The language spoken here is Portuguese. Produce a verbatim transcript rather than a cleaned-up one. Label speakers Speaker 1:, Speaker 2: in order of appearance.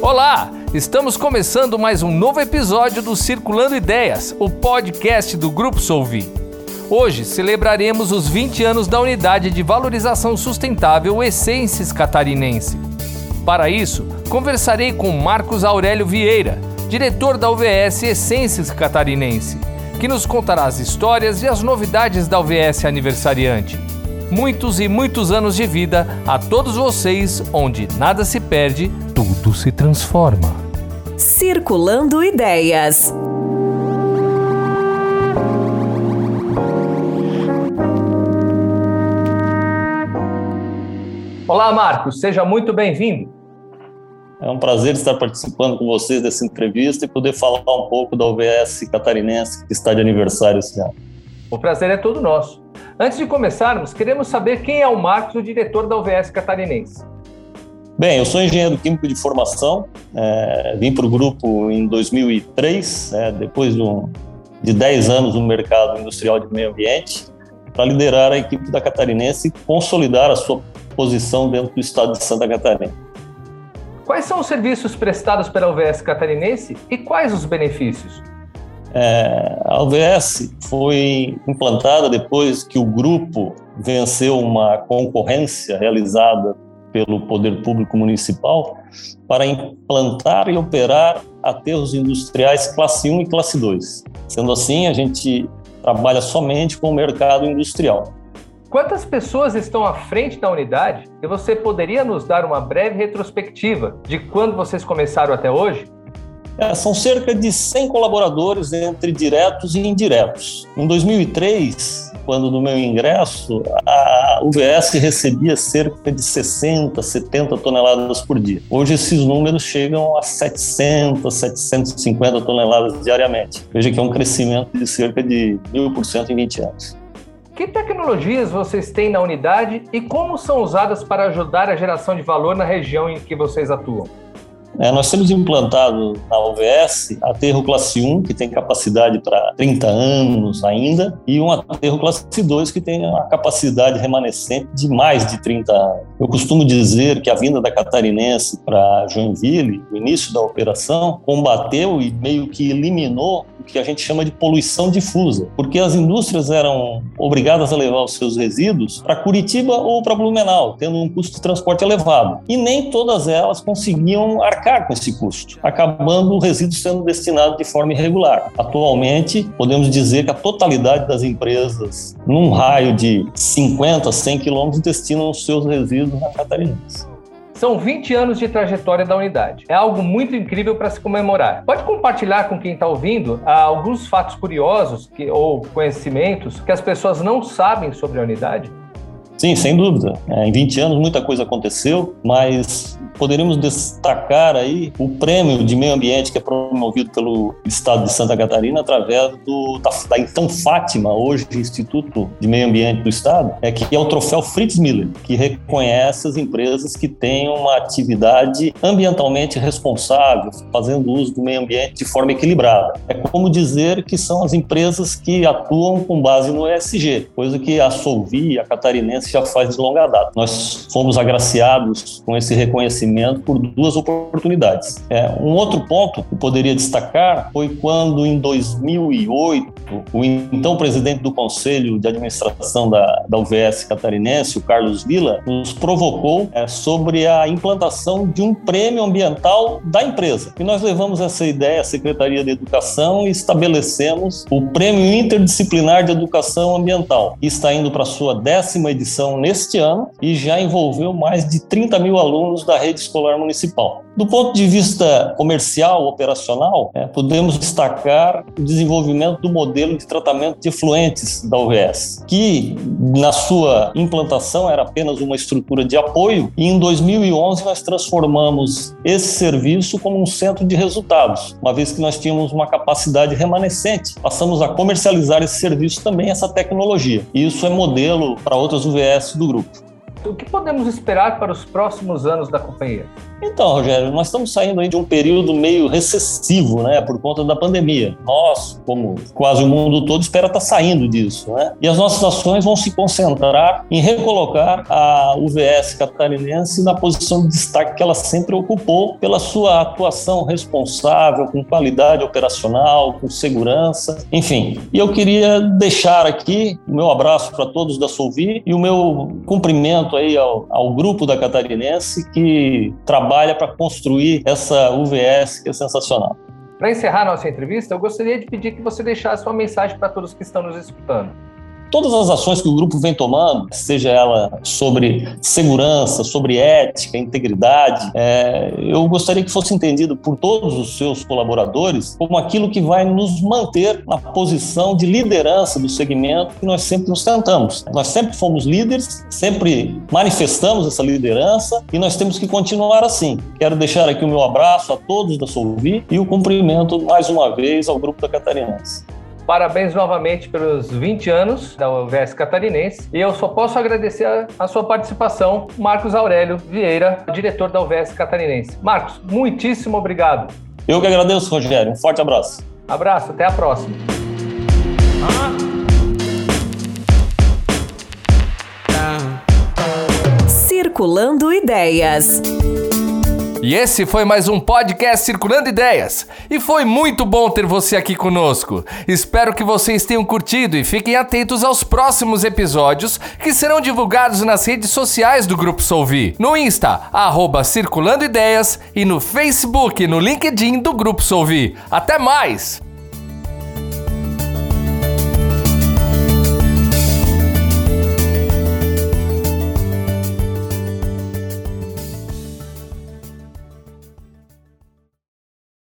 Speaker 1: Olá! Estamos começando mais um novo episódio do Circulando Ideias, o podcast do Grupo Solvi. Hoje celebraremos os vinte anos da Unidade de Valorização Sustentável Essensis Catarinense. Para isso, conversarei com Marcos Aurélio Vieira, diretor da U V S Essensis Catarinense, que nos contará as histórias e as novidades da U V S aniversariante. Muitos e muitos anos de vida a todos vocês, onde nada se perde, tudo se transforma.
Speaker 2: Circulando Ideias.
Speaker 1: Olá, Marcos, seja muito bem-vindo.
Speaker 3: É um prazer estar participando com vocês dessa entrevista e poder falar um pouco da U V S Catarinense, que está de aniversário esse ano.
Speaker 1: O prazer é todo nosso. Antes de começarmos, queremos saber quem é o Marcos, o diretor da U V S Catarinense.
Speaker 3: Bem, eu sou engenheiro químico de formação, é, vim para o grupo em dois mil e três, é, depois de, um, de dez anos no mercado industrial de meio ambiente, para liderar a equipe da Catarinense e consolidar a sua posição dentro do estado de Santa Catarina.
Speaker 1: Quais são os serviços prestados pela U V S Catarinense e quais os benefícios?
Speaker 3: É, a U V S foi implantada depois que o grupo venceu uma concorrência realizada pelo Poder Público Municipal para implantar e operar aterros industriais classe um e classe dois. Sendo assim, a gente trabalha somente com o mercado industrial.
Speaker 1: Quantas pessoas estão à frente da unidade? E você poderia nos dar uma breve retrospectiva de quando vocês começaram até hoje?
Speaker 3: É, são cerca de cem colaboradores entre diretos e indiretos. Em dois mil e três, quando no meu ingresso, a U V S recebia cerca de sessenta, setenta toneladas por dia. Hoje esses números chegam a setecentas, setecentas e cinquenta toneladas diariamente. Veja que é um crescimento de cerca de mil por cento em vinte anos.
Speaker 1: Que tecnologias vocês têm na unidade e como são usadas para ajudar a geração de valor na região em que vocês atuam?
Speaker 3: É, nós temos implantado na U V S aterro classe um, que tem capacidade para trinta anos ainda, e um aterro classe dois, que tem uma capacidade remanescente de mais de trinta anos. Eu costumo dizer que a vinda da Catarinense para Joinville, o início da operação, combateu e meio que eliminou o que a gente chama de poluição difusa, porque as indústrias eram obrigadas a levar os seus resíduos para Curitiba ou para Blumenau, tendo um custo de transporte elevado. E nem todas elas conseguiam arcar com esse custo, acabando o resíduo sendo destinado de forma irregular. Atualmente, podemos dizer que a totalidade das empresas, num raio de cinquenta, cem quilômetros, destinam os seus resíduos na Catarinense.
Speaker 1: São vinte anos de trajetória da unidade. É algo muito incrível para se comemorar. Pode compartilhar com quem está ouvindo ah, alguns fatos curiosos que, ou conhecimentos que as pessoas não sabem sobre a unidade?
Speaker 3: Sim, sem dúvida. É, em vinte anos muita coisa aconteceu, mas poderíamos destacar aí o prêmio de meio ambiente que é promovido pelo Estado de Santa Catarina através do, da, da então Fátima, hoje Instituto de Meio Ambiente do Estado, é, que é o troféu Fritz Miller, que reconhece as empresas que têm uma atividade ambientalmente responsável, fazendo uso do meio ambiente de forma equilibrada. É como dizer que são as empresas que atuam com base no E S G, coisa que a Solvi e a Catarinense já faz de longa data. Nós fomos agraciados com esse reconhecimento por duas oportunidades. É, um outro ponto que eu poderia destacar foi quando, em dois mil e oito, o então presidente do Conselho de Administração da, da U V S Catarinense, o Carlos Villa, nos provocou é, sobre a implantação de um prêmio ambiental da empresa. E nós levamos essa ideia à Secretaria de Educação e estabelecemos o Prêmio Interdisciplinar de Educação Ambiental, que está indo para a sua décima edição neste ano e já envolveu mais de trinta mil alunos da rede escolar municipal. Do ponto de vista comercial, operacional, é, podemos destacar o desenvolvimento do modelo de tratamento de efluentes da U V S, que na sua implantação era apenas uma estrutura de apoio, e em dois mil e onze nós transformamos esse serviço como um centro de resultados, uma vez que nós tínhamos uma capacidade remanescente. Passamos a comercializar esse serviço também, essa tecnologia. E isso é modelo para outras U V S do grupo.
Speaker 1: O que podemos esperar para os próximos anos da companhia?
Speaker 3: Então, Rogério, nós estamos saindo aí de um período meio recessivo, né, por conta da pandemia. Nós, como quase o mundo todo, espera estar saindo disso, né? E as nossas ações vão se concentrar em recolocar a U V S catarinense na posição de destaque que ela sempre ocupou pela sua atuação responsável, com qualidade operacional, com segurança, enfim. E eu queria deixar aqui o meu abraço para todos da Solvi e o meu cumprimento aí ao, ao grupo da Catarinense que trabalha trabalha para construir essa U V S que é sensacional.
Speaker 1: Para encerrar nossa entrevista, eu gostaria de pedir que você deixasse uma mensagem para todos que estão nos escutando.
Speaker 3: Todas as ações que o grupo vem tomando, seja ela sobre segurança, sobre ética, integridade, é, eu gostaria que fosse entendido por todos os seus colaboradores como aquilo que vai nos manter na posição de liderança do segmento que nós sempre nos tentamos. Nós sempre fomos líderes, sempre manifestamos essa liderança e nós temos que continuar assim. Quero deixar aqui o meu abraço a todos da Solvi e o cumprimento mais uma vez ao grupo da Catarinense.
Speaker 1: Parabéns novamente pelos vinte anos da U V S Catarinense. E eu só posso agradecer a, a sua participação, Marcos Aurélio Vieira, diretor da U V S Catarinense. Marcos, muitíssimo obrigado.
Speaker 3: Eu que agradeço, Rogério. Um forte abraço.
Speaker 1: Abraço, até a próxima.
Speaker 2: Circulando Ideias.
Speaker 1: E esse foi mais um podcast Circulando Ideias. E foi muito bom ter você aqui conosco. Espero que vocês tenham curtido e fiquem atentos aos próximos episódios que serão divulgados nas redes sociais do Grupo Solvi. No Insta, arroba Circulando Ideias e no Facebook e no LinkedIn do Grupo Solvi. Até mais!